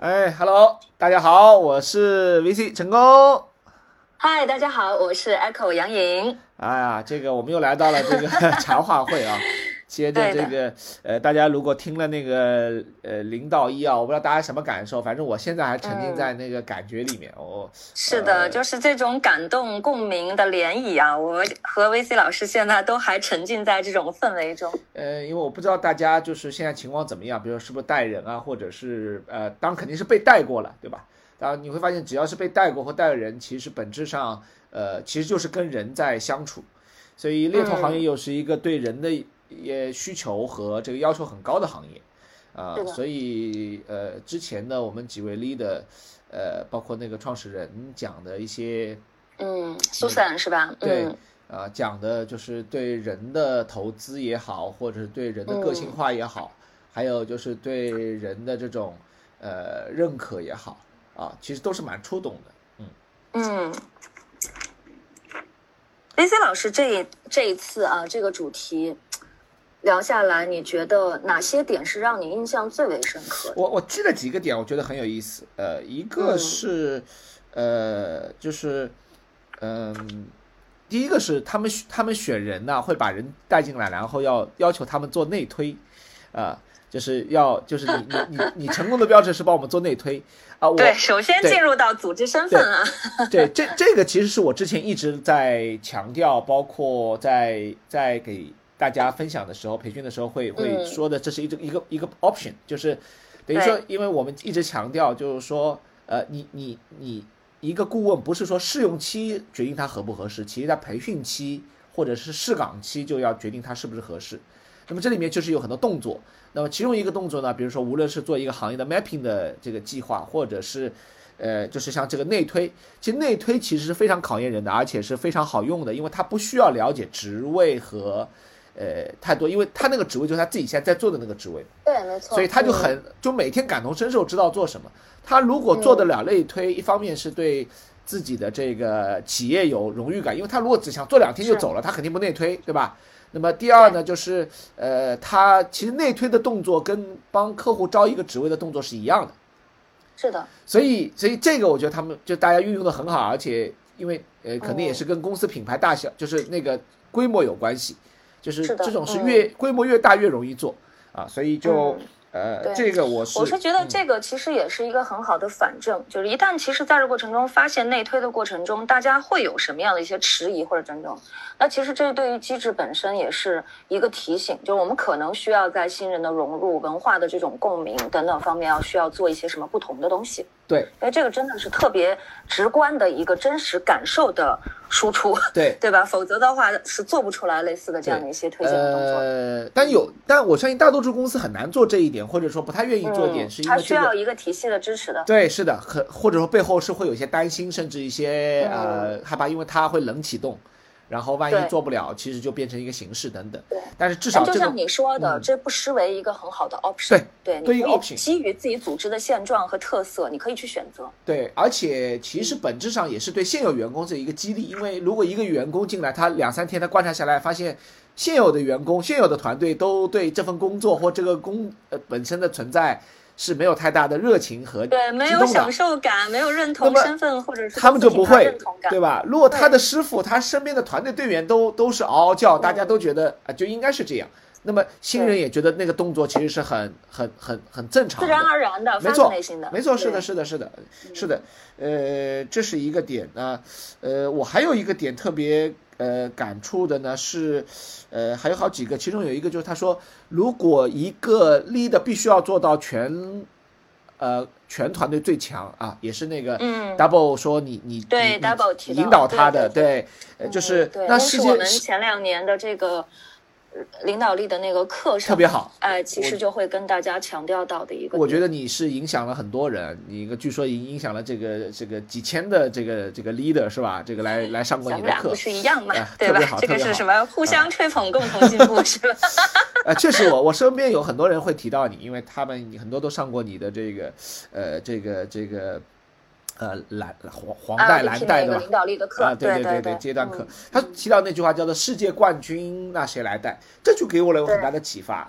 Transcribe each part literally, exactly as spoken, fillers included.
哎，Hello，大家好，我是 V C 成功。 嗨，大家好，我是 Echo 杨颖。 哎呀，这个我们又来到了这个茶话会啊。接着这个呃，大家如果听了那个呃零到一啊，我不知道大家什么感受，反正我现在还沉浸在那个感觉里面。嗯、哦， 是的、呃，就是这种感动共鸣的涟漪啊，我和 V C 老师现在都还沉浸在这种氛围中。 呃，因为我不知道大家就是现在情况怎么样，比如说是不是带人啊，或者是呃，当然肯定是被带过了，对吧？当然你会发现，只要是被带过或带人，其实本质上呃，其实就是跟人在相处。所以猎头行业又是一个对人的也需求和这个要求很高的行业，啊、呃，所以呃，之前呢，我们几位 leader，呃，包括那个创始人讲的一些， 嗯 ，Susan 是吧？ 对， 嗯、 呃，讲的就是对人的投资也好，或者是对人的个性化也好，嗯、还有就是对人的这种呃认可也好，啊，其实都是蛮触动的，嗯嗯。V C 老师这这一次啊，这个主题聊下来，你觉得哪些点是让你印象最为深刻的？ 我我记了几个点，我觉得很有意思。呃，一个是，嗯、呃，就是，嗯、呃，第一个是他们他们选人呢、啊，会把人带进来，然后要要求他们做内推，啊、呃，就是要就是你你你你成功的标志是帮我们做内推啊。我对，首先进入到组织身份啊。 对，对这这个其实是我之前一直在强调，包括在在给大家分享的时候，培训的时候会会说的，这是一个、嗯、一个一个 option， 就是等于说，因为我们一直强调，就是说，呃，你你你一个顾问不是说试用期决定他合不合适，其实在培训期或者是试岗期就要决定他是不是合适。那么这里面就是有很多动作，那么其中一个动作呢，比如说无论是做一个行业的 mapping 的这个计划，或者是呃，就是像这个内推，其实内推其实是非常考验人的，而且是非常好用的，因为它不需要了解职位和呃太多，因为他那个职位就是他自己现在在做的那个职位， 对，没错， 所以他就很、嗯、就每天感同身受，知道做什么。他如果做得了内推，嗯、一方面是对自己的这个企业有荣誉感，因为他如果只想做两天就走了，他肯定不内推，对吧？那么第二呢，就是呃，他其实内推的动作跟帮客户招一个职位的动作是一样的。 是的， 所以所以这个我觉得他们就大家运用的很好，而且因为呃肯定也是跟公司品牌大小，就是那个规模有关系，就是这种是越规模越大越容易做啊，所以就。呃，这个我是我是觉得这个其实也是一个很好的反证，嗯、就是一旦其实在这过程中发现内推的过程中，大家会有什么样的一些迟疑或者争争，那其实这对于机制本身也是一个提醒，就是我们可能需要在新人的融入、文化的这种共鸣等等方面，要需要做一些什么不同的东西。 对， 因为这个真的是特别直观的一个真实感受的输出， 对对吧？否则的话是做不出来类似的这样的一些推荐的动作。 呃，但有，但我相信大多数公司很难做这一点，或者说不太愿意做一点， 嗯、 是因为、这个、 它需要一个体系的支持的。 对，是的，很或者说背后是会有一些担心，甚至一些、嗯、呃害怕，因为它会冷启动。然后万一做不了，其实就变成一个形式等等。 对， 但是至少、这个、 就像你说的、嗯，这不失为一个很好的 option。 对对， 对， 你可以基于自己组织的现状和特色，你可以去选择。 对，而且其实本质上也是对现有员工这一个激励，因为如果一个员工进来，他两三天他观察下来，发现现有的员工、现有的团队都对这份工作或这个工呃本身的存在。是没有太大的热情和对，没有享受感，没有认同身份，或者是他们就不会， 对吧？如果他的师傅、他身边的团队队员都都是嗷嗷叫，大家都觉得啊，就应该是这样。那么新人也觉得那个动作其实是很很很很正常的， 自然而然的， 没错， 内心的， 没错，是的，是的，是的，是的。呃，这是一个点呢。呃，我还有一个点特别。呃，感触的呢是，呃，还有好几个，其中有一个就是他说，如果一个 leader 必须要做到全，呃，全团队最强啊，也是那个 double 说你、嗯、你对你 double 你引导他的， 对，对对呃，就是对那世界是我们前两年的这个。领导力的那个课上特别好， 哎、呃，其实就会跟大家强调到的一个。 我觉得你是影响了很多人，你一个据说影影响了这个这个几千的这个这个 leader 是吧？这个来来上过你的课， 咱们俩不是一样嘛， 哎、 对吧？这个是什么？互相吹捧，共同进步，是吧？ 呃，确实我，我我身边有很多人会提到你，因为他们很多都上过你的这个呃这个这个。呃，蓝黄黄带蓝带的吧？ 领导力的课啊，对对对对，阶段课。他提到那句话叫做"世界冠军，那谁来带"，这就给我了有很大的启发。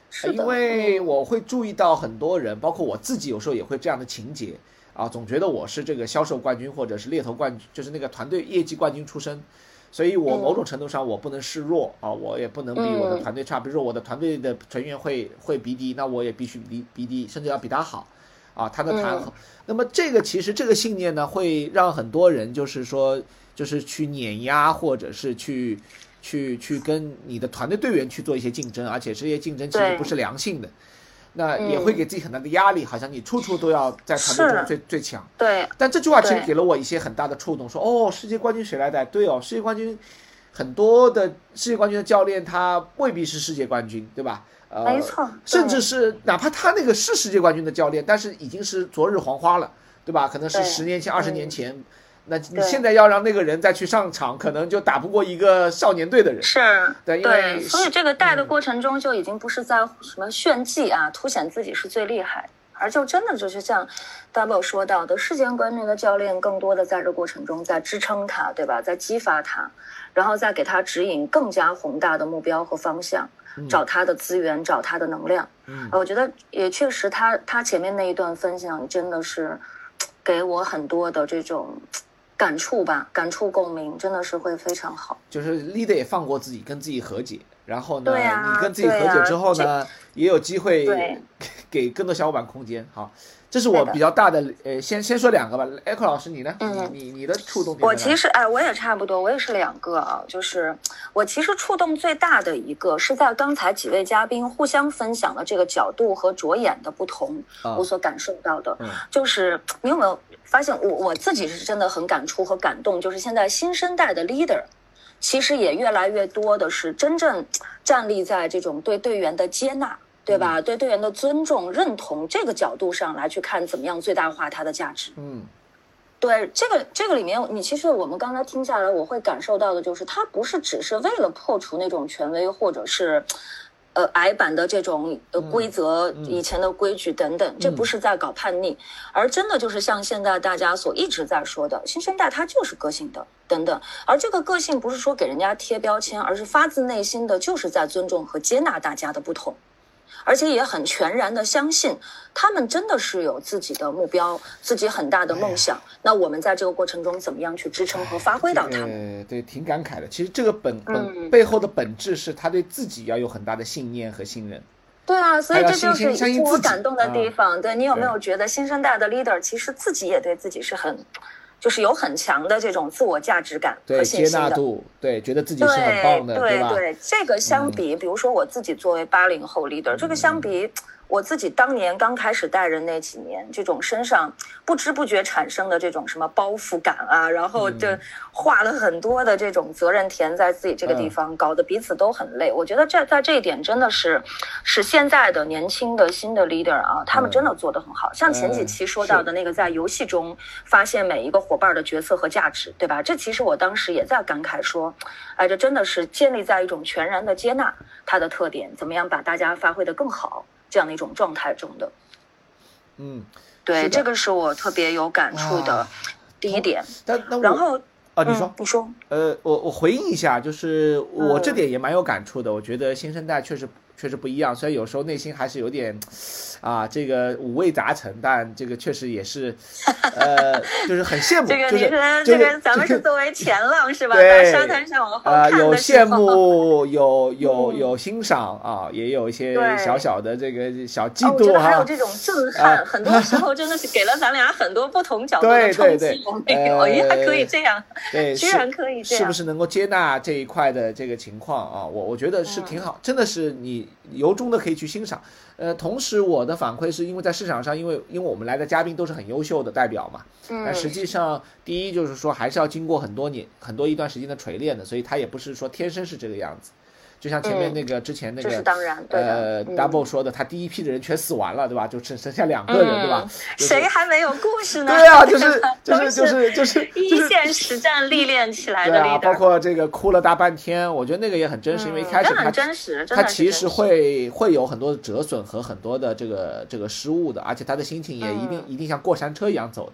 是的， 因为我会注意到很多人，包括我自己，有时候也会这样的情节啊，总觉得我是这个销售冠军或者是猎头冠军，就是那个团队业绩冠军出身，所以我某种程度上我不能示弱啊，我也不能比我的团队差。比如说我的团队的成员会会比低，那我也必须比比低，甚至要比他好啊，他的谈好。那么这个其实这个信念呢，会让很多人就是说，就是去碾压或者是去。去去跟你的团队队员去做一些竞争，而且这些竞争其实不是良性的，那也会给自己很大的压力，好像你处处都要在团队中最最强。 对。 但这句话其实给了我一些很大的触动，说哦，世界冠军谁来带？对哦，世界冠军很多的世界冠军的教练他未必是世界冠军，对吧？呃， 没错。 甚至是哪怕他那个是世界冠军的教练，但是已经是昨日黄花了，对吧？可能是十年前、二十年前。嗯，那你现在要让那个人再去上场，可能就打不过一个少年队的人。 是， 对，因为所以这个带的过程中就已经不是在什么炫技啊，凸显自己是最厉害，而就真的就是像 Double 说到的，世界冠军的教练更多的在这过程中在支撑他，对吧？在激发他，然后再给他指引更加宏大的目标和方向，找他的资源，找他的能量。嗯，我觉得也确实他，他他前面那一段分享真的是给我很多的这种。感触吧，感触共鸣，真的是会非常好。 就是 leader 也放过自己，跟自己和解，然后呢， 啊、 你跟自己和解之后呢，也有机会给更多小伙伴空间。好，这是我比较大的，呃，先先说两个吧。Echo 老师，你呢？嗯，你你你的触动点？ 我其实哎，我也差不多，我也是两个啊。就是我其实触动最大的一个是在刚才几位嘉宾互相分享了这个角度和着眼的不同，啊、我所感受到的，嗯、就是你有没有？发现我我自己是真的很感触和感动，就是现在新生代的 leader 其实也越来越多的是真正站立在这种对队员的接纳，对吧？嗯、对队员的尊重、认同这个角度上来去看怎么样最大化它的价值。嗯，对，这个这个里面，你其实我们刚才听下来，我会感受到的就是，它不是只是为了破除那种权威或者是。呃，矮板的这种呃规则，嗯、以前的规矩等等，嗯、这不是在搞叛逆，而真的就是像现在大家所一直在说的，新生代它就是个性的等等，而这个个性不是说给人家贴标签，而是发自内心的就是在尊重和接纳大家的不同。而且也很全然的相信他们真的是有自己的目标，自己很大的梦想，哎、那我们在这个过程中怎么样去支撑和发挥到他们？ 呃，对，挺感慨的。其实这个本本、嗯、背后的本质是他对自己要有很大的信念和信任。 对啊，所以这就是我感动的地方。啊、对，你有没有觉得新生代的 leader 其实自己也对自己是很就是有很强的这种自我价值感和信心的， 对接纳度，对，觉得自己是很棒的， 对对吧？ 对，这个相比，嗯、比如说我自己作为八零后 leader，、嗯、这个相比我自己当年刚开始带人那几年，这种身上不知不觉产生的这种什么包袱感啊，然后就画了很多的这种责任填在自己这个地方，嗯、搞得彼此都很累。我觉得这在这一点真的是是现在的年轻的新的 leader 啊，他们真的做得很好。嗯、像前几期说到的那个，在游戏中发现每一个伙伴的角色和价值，对吧？这其实我当时也在感慨说，哎，这真的是建立在一种全然的接纳它的特点，怎么样把大家发挥得更好。这样的一种状态中的， 嗯， 对，这个是我特别有感触的第一点。 但那然后啊，你说、 嗯，你说， 呃，我我回应一下，就是我这点也蛮有感触的。嗯、我觉得新生代确实确实不一样，虽然有时候内心还是有点啊，这个五味杂陈，但这个确实也是，呃，就是很羡慕。 这个就是你说这个咱们是作为前浪是吧？ 对， 在沙滩上往后看的时候，呃，有羡慕，有有嗯、 有欣赏啊，也有一些小小的这个小嫉妒哈。哦、我觉得还有这种震撼， 啊、 很多时候真的是给了咱俩很多不同角度的冲击。我没有，哎、呃，还可以这样， 对， 居然可以这样， 是不是能够接纳这一块的这个情况啊？我我觉得是挺好，嗯、真的是你由衷的可以去欣赏。呃，同时我的反馈是因为在市场上，因为因为我们来的嘉宾都是很优秀的代表嘛，嗯，但实际上第一就是说还是要经过很多年很多一段时间的锤炼的，所以他也不是说天生是这个样子。就像前面那个、嗯、之前那个， 这是当然，对的呃、 嗯、 ，Double 说的，他第一批的人全死完了，对吧？就只剩下两个人， 嗯、 对吧？ 就是、谁还没有故事呢？ 对啊，就是就是就是就是一线实战历练起来的 leader，、 啊、包括这个哭了大半天，我觉得那个也很真实，嗯、因为一开始他真实， 他其实会会有很多的折损和很多的这个这个失误的，而且他的心情也一定、嗯、一定像过山车一样走的。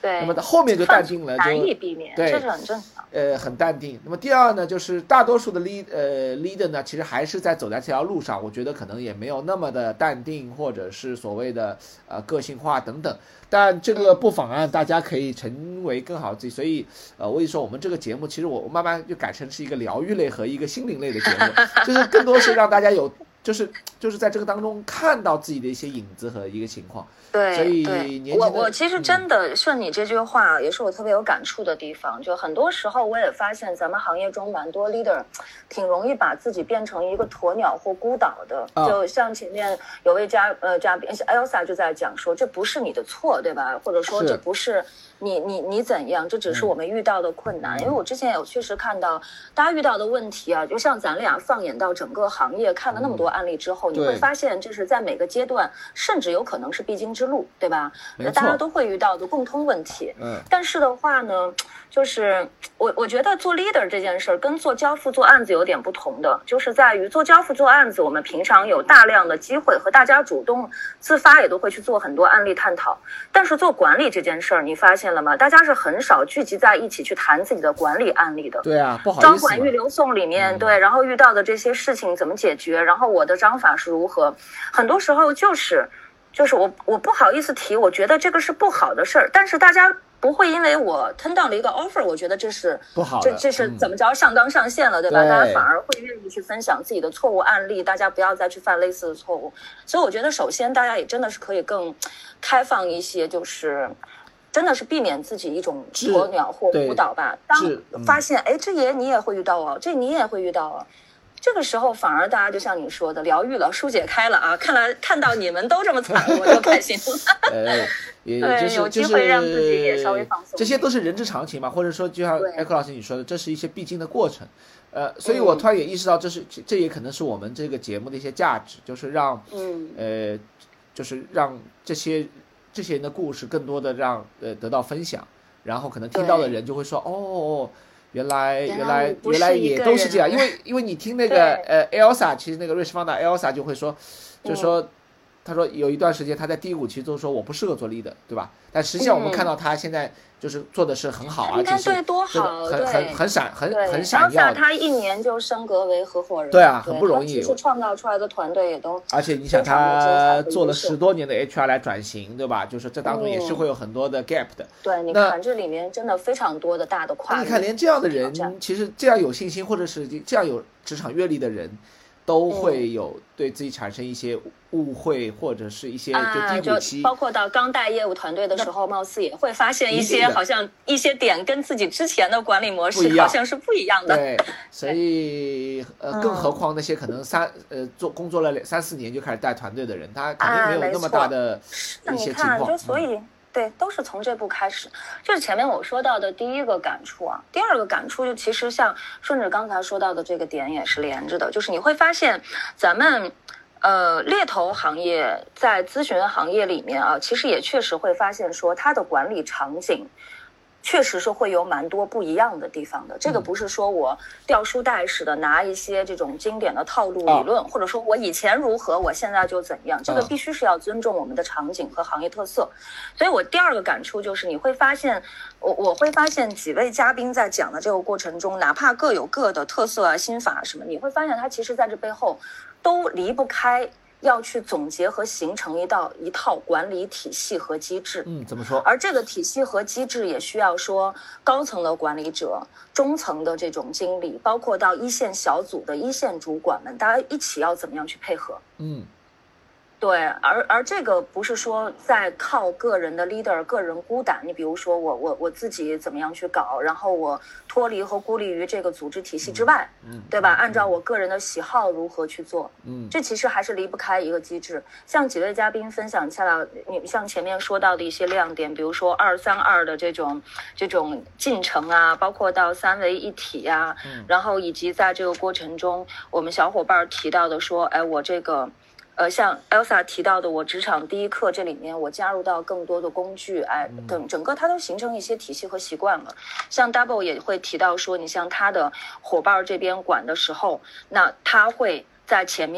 对， 那么后面就淡定了，就难以避免， 对， 这是很正常。 呃，很淡定。那么第二呢，就是大多数的 lead 呃 leader 呢，其实还是在走在这条路上，我觉得可能也没有那么的淡定，或者是所谓的呃个性化等等。但这个不妨碍大家可以成为更好的自己。所以呃，我跟你说，我们这个节目其实我慢慢就改成是一个疗愈类和一个心灵类的节目，就是更多是让大家有。就是就是在这个当中看到自己的一些影子和一个情况， 对， 所以对我我其实真的顺你这句话，也是我特别有感触的地方。就很多时候我也发现，咱们行业中蛮多 leader 挺容易把自己变成一个鸵鸟或孤岛的。 啊、 就像前面有位嘉呃嘉宾 Elsa 就在讲说，这不是你的错，对吧？或者说这不是你你你怎样，这只是我们遇到的困难。嗯、因为我之前有确实看到大家遇到的问题啊，就像咱俩放眼到整个行业，看了那么多案例之后，嗯、你会发现这是在每个阶段，甚至有可能是必经之路，对吧？大家都会遇到的共通问题。 嗯。 但是的话呢，就是我我觉得做 leader 这件事儿跟做交付做案子有点不同的，就是在于做交付做案子，我们平常有大量的机会和大家主动自发也都会去做很多案例探讨。但是做管理这件事儿，你发现了吗？大家是很少聚集在一起去谈自己的管理案例的。 对啊，不好意思。 招管预留送里面，嗯、对，然后遇到的这些事情怎么解决，然后我的章法是如何，很多时候就是就是我我不好意思提，我觉得这个是不好的事儿，但是大家不会因为我 turn down 了一个 offer， 我觉得这是不好的， 这这是怎么着上纲上线了，嗯、对吧？ 对， 大家反而会愿意去分享自己的错误案例，大家不要再去犯类似的错误。所以我觉得，首先大家也真的是可以更开放一些，就是真的是避免自己一种鸵鸟或孤岛吧。当发现哎，这也你也会遇到哦，这你也会遇到哦。这个时候反而大家就像你说的疗愈了，疏解开了啊！看来看到你们都这么惨，我就开心了。 呃，也对， 就是、 有机会让自己也稍微放松。 这些都是人之常情嘛，或者说就像艾克老师你说的，这是一些必经的过程。呃，所以我突然也意识到，这是、嗯、这也可能是我们这个节目的一些价值，就是让嗯呃，就是让这些这些人的故事更多的让呃得到分享，然后可能听到的人就会说哦。原来原来原来也都是这样，因为因为你听那个呃 Elsa， 其实那个瑞士方大 Elsa 就会说，就说、嗯、他说有一段时间他在低谷期都说我不适合做 leader， 对吧？但实际上我们看到他现在就是做的是很好，而且是对多好， 很很很闪很很闪耀。 他一年就升格为合伙人， 对啊，很不容易。 其实创造出来的团队也都， 而且你想他做了十多年的 H R 来转型，对吧？就是这当中也是会有很多的 gap 的。 嗯、对，你看这里面真的非常多的大的跨越。 你看连这样的人，其实这样有信心或者是这样有职场阅历的人。都会有对自己产生一些误会，或者是一些就低谷期、 啊、就包括到刚带业务团队的时候，貌似也会发现一些好像一些点跟自己之前的管理模式好像是不一样的。 对，所以呃，更何况那些可能三呃做工作了三四年就开始带团队的人，他肯定没有那么大的一些情况。 啊、你看，就所以。嗯对，都是从这步开始，这是前面我说到的第一个感触啊。第二个感触就其实像顺着刚才说到的这个点也是连着的，就是你会发现咱们呃猎头行业在咨询行业里面啊，其实也确实会发现说它的管理场景确实是会有蛮多不一样的地方的。这个不是说我掉书袋似的拿一些这种经典的套路理论，或者说我以前如何我现在就怎样，这个必须是要尊重我们的场景和行业特色。所以我第二个感触就是你会发现我我会发现几位嘉宾在讲的这个过程中，哪怕各有各的特色啊心法什么，你会发现他其实在这背后都离不开要去总结和形成一道一套管理体系和机制。 嗯，怎么说？ 而这个体系和机制也需要说高层的管理者、中层的这种经理，包括到一线小组的一线主管们，大家一起要怎么样去配合？ 嗯。 对，而而这个不是说在靠个人的 leader 个人孤胆，你比如说我我我自己怎么样去搞，然后我脱离和孤立于这个组织体系之外， 嗯， 对吧？按照我个人的喜好如何去做， 嗯， 这其实还是离不开一个机制。像几位嘉宾分享下来，你像前面说到的一些亮点，比如说二三二的这种这种进程啊，包括到三位一体啊， 嗯， 然后以及在这个过程中，我们小伙伴提到的说，哎，我这个。呃，像 Elsa 提到的，我职场第一课这里面，我加入到更多的工具，哎，等整个它都形成一些体系和习惯了。像 Double 也会提到说，你像他的伙伴这边管的时候，那他会在前面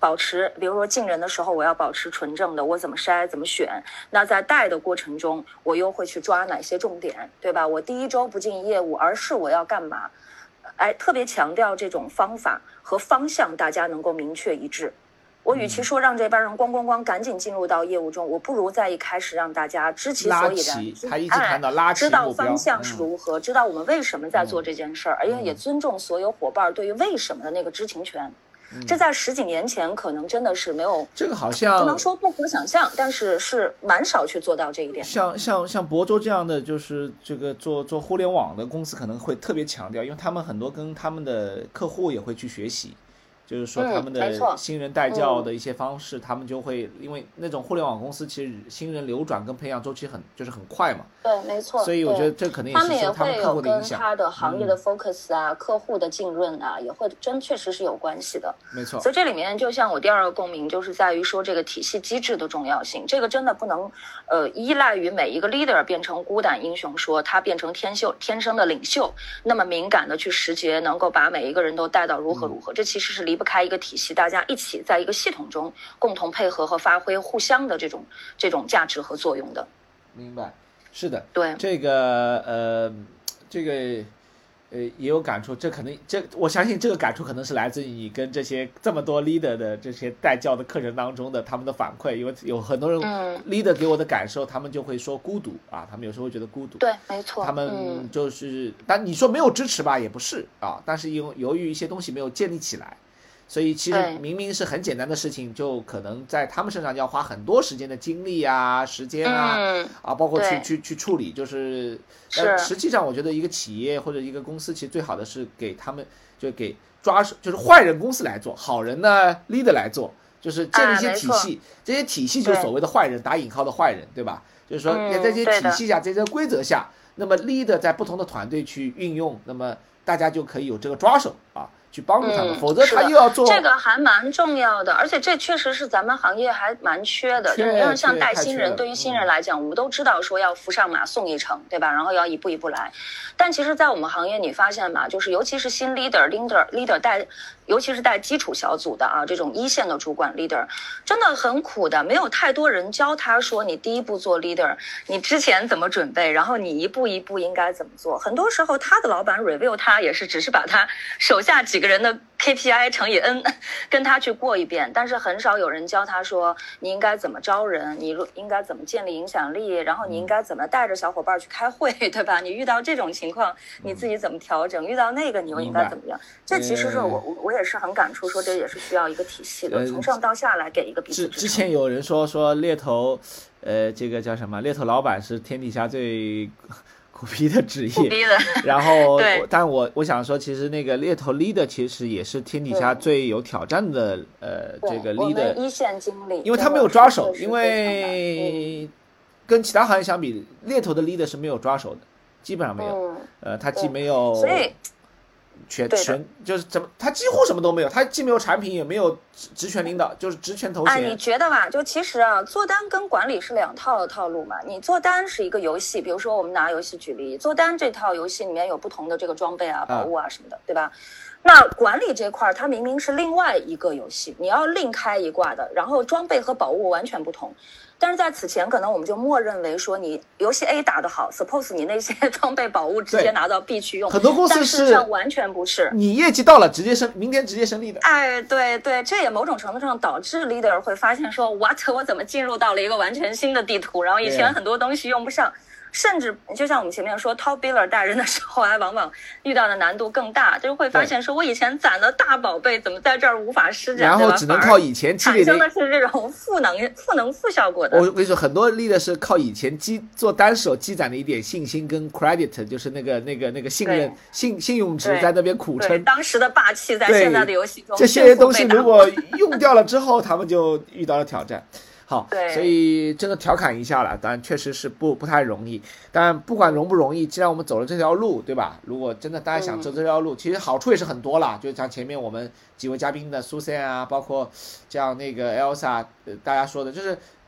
保持，比如说进人的时候我要保持纯正的，我怎么筛怎么选，那在带的过程中我又会去抓哪些重点，对吧？我第一周不进业务，而是我要干嘛？哎，特别强调这种方法和方向大家能够明确一致。我与其说让这帮人咣咣咣赶紧进入到业务中，我不如在一开始让大家知其所以然， 他一直谈到拉齐目标， 知道方向是如何，嗯、知道我们为什么在做这件事儿，而且也尊重所有伙伴对于为什么的那个知情权。嗯、这在十几年前可能真的是没有， 这个好像不能说不可想象，但是是蛮少去做到这一点。 像像像博州这样的，就是这个做做互联网的公司可能会特别强调，因为他们很多跟他们的客户也会去学习。就是说他们的新人带教的一些方式、嗯、他们就会因为那种互联网公司其实新人流转跟培养周期很就是很快嘛， 对，没错， 所以我觉得这可能也是受他们客户的影响， 他们也会有跟他的行业的 focus 啊、嗯、客户的浸润啊也会真确实是有关系的， 没错。 所以这里面就像我第二个共鸣就是在于说这个体系机制的重要性，这个真的不能呃依赖于每一个 leader 变成孤胆英雄，说他变成天秀天生的领袖，那么敏感的去识别能够把每一个人都带到如何如何、嗯、这其实是离不开一个体系，大家一起在一个系统中共同配合和发挥互相的这种这种价值和作用的。 明白，是的， 对这个呃这个呃也有感触，这可能这我相信这个感触可能是来自于你跟这些这么多 leader 的这些带教的课程当中的他们的反馈，因为有很多人 leader 给我的感受、嗯、他们就会说孤独啊，他们有时候会觉得孤独， 对，没错， 他们就是、嗯、但你说没有支持吧也不是啊，但是由由于一些东西没有建立起来，所以其实明明是很简单的事情，就可能在他们身上要花很多时间的精力啊、时间啊， 嗯、 啊，包括去去去处理。就是但实际上我觉得一个企业或者一个公司，其实最好的是给他们就给抓就是坏人公司来做，好人呢 leader 来做，就是建立一些体系，啊、这些体系就是所谓的坏人打引号的坏人，对吧？就是说在这些体系下，这些规则下，那么 leader 在不同的团队去运用，那么大家就可以有这个抓手啊。去帮助他们、嗯、否则他又要做这个还蛮重要的，而且这确实是咱们行业还蛮缺的。 缺就你像像带新人，对于新人来讲、嗯、我们都知道说要扶上马送一程，对吧？然后要一步一步来。但其实在我们行业你发现嘛，就是尤其是新 leader leader leader 带尤其是带基础小组的啊，这种一线的主管 leader 真的很苦的，没有太多人教他说你第一步做 leader 你之前怎么准备，然后你一步一步应该怎么做。很多时候他的老板 review 他也是只是把他手下几个人的 K P I 乘以 N 跟他去过一遍，但是很少有人教他说你应该怎么招人，你应该怎么建立影响力，然后你应该怎么带着小伙伴去开会，对吧？你遇到这种情况你自己怎么调整，遇到那个你又应该怎么样。这其实是我我也是很感触，说这也是需要一个体系的，从上到下来给一个彼此支撑。 之前有人说说猎头呃这个叫什么，猎头老板是天底下最苦逼的职业，然后但我我想说其实那个猎头 leader 其实也是天底下最有挑战的呃这个 leader 一线经历， 因为他没有抓手，因为跟其他行业相比，猎头的 leader 是没有抓手的，基本上没有、嗯、呃他既没有所以全全就是怎么，他几乎什么都没有，他既没有产品，也没有职权领导，就是职权头衔。 哎，你觉得吧？就其实啊，做单跟管理是两套的套路嘛。你做单是一个游戏，比如说我们拿游戏举例，做单这套游戏里面有不同的这个装备啊、宝物啊什么的，啊、对吧？那管理这块它明明是另外一个游戏，你要另开一挂的，然后装备和宝物完全不同。但是在此前，可能我们就默认为说，你游戏 A 打得好 ，suppose 你那些装备宝物直接拿到 B 去用。 很多公司是， 但事实上完全不是。 你业绩到了，直接升，明天直接升利的。 哎，对对，这也某种程度上导致 leader 会发现说 ，what 我怎么进入到了一个完全新的地图，然后以前很多东西用不上。甚至就像我们前面说 top biller 带人的时候，还往往遇到的难度更大，就会发现说我以前攒的大宝贝怎么在这儿无法施展， 然后只能靠以前积累的， 产生的是这种负能负能负效果的。 我跟你说，很多 leader 是靠以前积做单手积攒的一点信心跟 credit， 就是那个那个那个信任信信用值在那边苦撑， 当时的霸气在现在的游戏中， 这些东西如果用掉了之后，他们就遇到了挑战。好，所以真的调侃一下了，当然确实是不不太容易，但不管容不容易，既然我们走了这条路，对吧？如果真的大家想走这条路、嗯、其实好处也是很多啦，就像前面我们几位嘉宾的 Susan 啊，包括像那个 Elsa、呃、大家说的，就是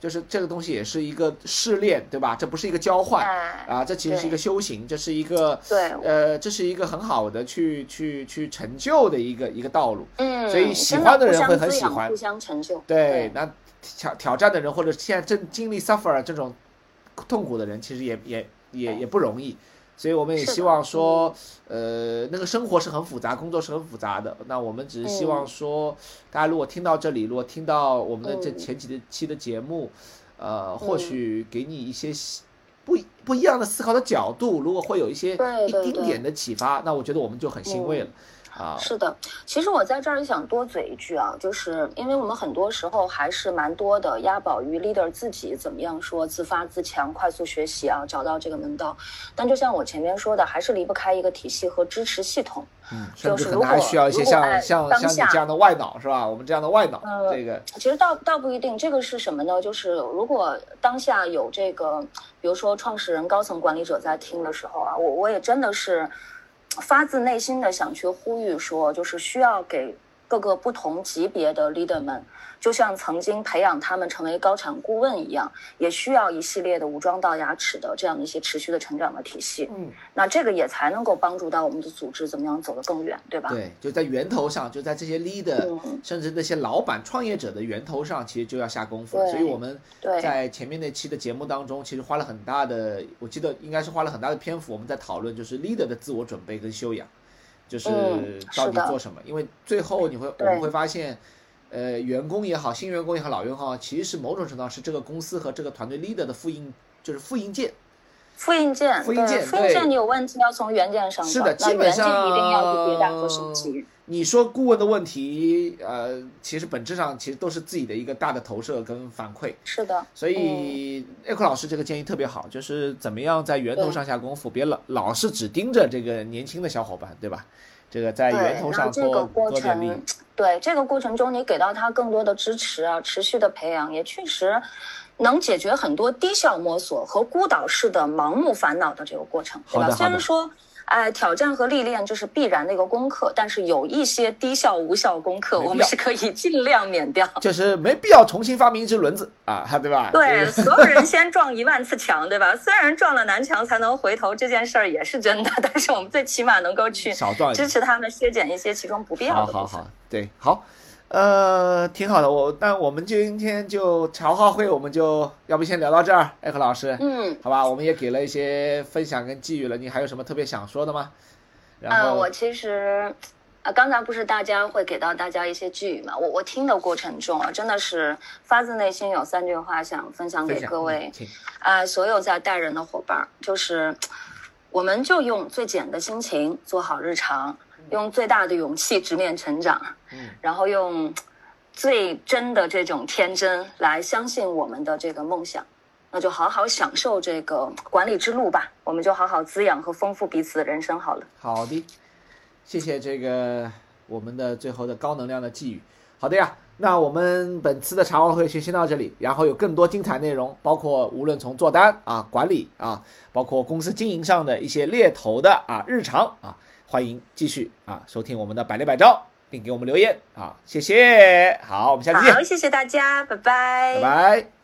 就是这个东西也是一个试炼，对吧？这不是一个交换、 哎、 啊，这其实是一个修行，这是一个对， 呃，这是一个很好的去去去成就的一个一个道路。 嗯， 所以喜欢的人会很喜欢， 互相成就。 对， 对那挑挑战的人或者现在正经历 suffer 这种痛苦的人，其实也也也也不容易。所以我们也希望说，呃，那个生活是很复杂，工作是很复杂的。那我们只是希望说，嗯、大家如果听到这里，如果听到我们的这前几期的节目，嗯、呃，或许给你一些不不一样的思考的角度，如果会有一些一丁点的启发，那我觉得我们就很欣慰了。嗯啊，是的，其实我在这儿也想多嘴一句啊，就是因为我们很多时候还是蛮多的押宝于 leader 自己怎么样说自发自强、快速学习啊，找到这个门道。但就像我前面说的，还是离不开一个体系和支持系统。 嗯，就是可能还需要一些像像像你这样的外脑是吧？我们这样的外脑， 呃、 这个其实倒倒不一定。这个是什么呢？就是如果当下有这个，比如说创始人、高层管理者在听的时候啊，我我也真的是。发自内心的想去呼吁说，就是需要给各个不同级别的 leader 们，就像曾经培养他们成为高产顾问一样，也需要一系列的武装到牙齿的这样的一些持续的成长的体系。嗯，那这个也才能够帮助到我们的组织怎么样走得更远，对吧？ 对，就在源头上，就在这些 leader、嗯、甚至那些老板、创业者的源头上，其实就要下功夫。所以我们在前面那期的节目当中，其实花了很大的，我记得应该是花了很大的篇幅，我们在讨论就是 leader 的自我准备跟修养。就是到底做什么、嗯、因为最后你会我们会发现呃，员工也好，新员工也好，老员工也好，其实是某种程度上是这个公司和这个团队 leader 的复印，就是复印件复印件复印件复印件你有问题要从原件上找， 是的，基本上一定要去迭代和升级。 你说顾问的问题，呃，其实本质上其实都是自己的一个大的投射跟反馈。 是的， 所以 Echo 老师这个建议特别好，就是怎么样在源头上下功夫，别老老是只盯着这个年轻的小伙伴，对吧？这个在源头上多多点力。 对，这个过程中你给到他更多的支持啊，持续的培养，也确实能解决很多低效摸索和孤岛式的盲目烦恼的这个过程，对吧？虽然说哎，挑战和历练这是必然的一个功课，但是有一些低效无效功课，我们是可以尽量免掉， 就是没必要重新发明一只轮子啊，对吧？ 对，所有人先撞一万次墙，对吧？虽然撞了南墙才能回头，这件事儿也是真的，但是我们最起码能够去支持他们削减一些其中不必要的部分。 好好好，对，好。呃，挺好的，我那我们今天就茶话会，我们就要不先聊到这儿，艾克老师， 嗯， 好吧，我们也给了一些分享跟寄语了，你还有什么特别想说的吗？然后、 呃、我其实啊，刚才不是大家会给到大家一些寄语嘛，我我听的过程中啊，真的是发自内心有三句话想分享给各位，啊、呃，所有在带人的伙伴，就是我们就用最简的心情做好日常。用最大的勇气直面成长，嗯，然后用最真的这种天真来相信我们的这个梦想，那就好好享受这个管理之路吧，我们就好好滋养和丰富彼此的人生好了。 好的，谢谢这个我们的最后的高能量的寄语。好的呀，那我们本次的茶话会就先到这里，然后有更多精彩内容，包括无论从做单啊、管理啊，包括公司经营上的一些猎头的啊日常啊。欢迎继续啊收听我们的百猎百招，并给我们留言啊，谢谢，好，我们下次见。 好，谢谢大家，拜拜， 拜拜。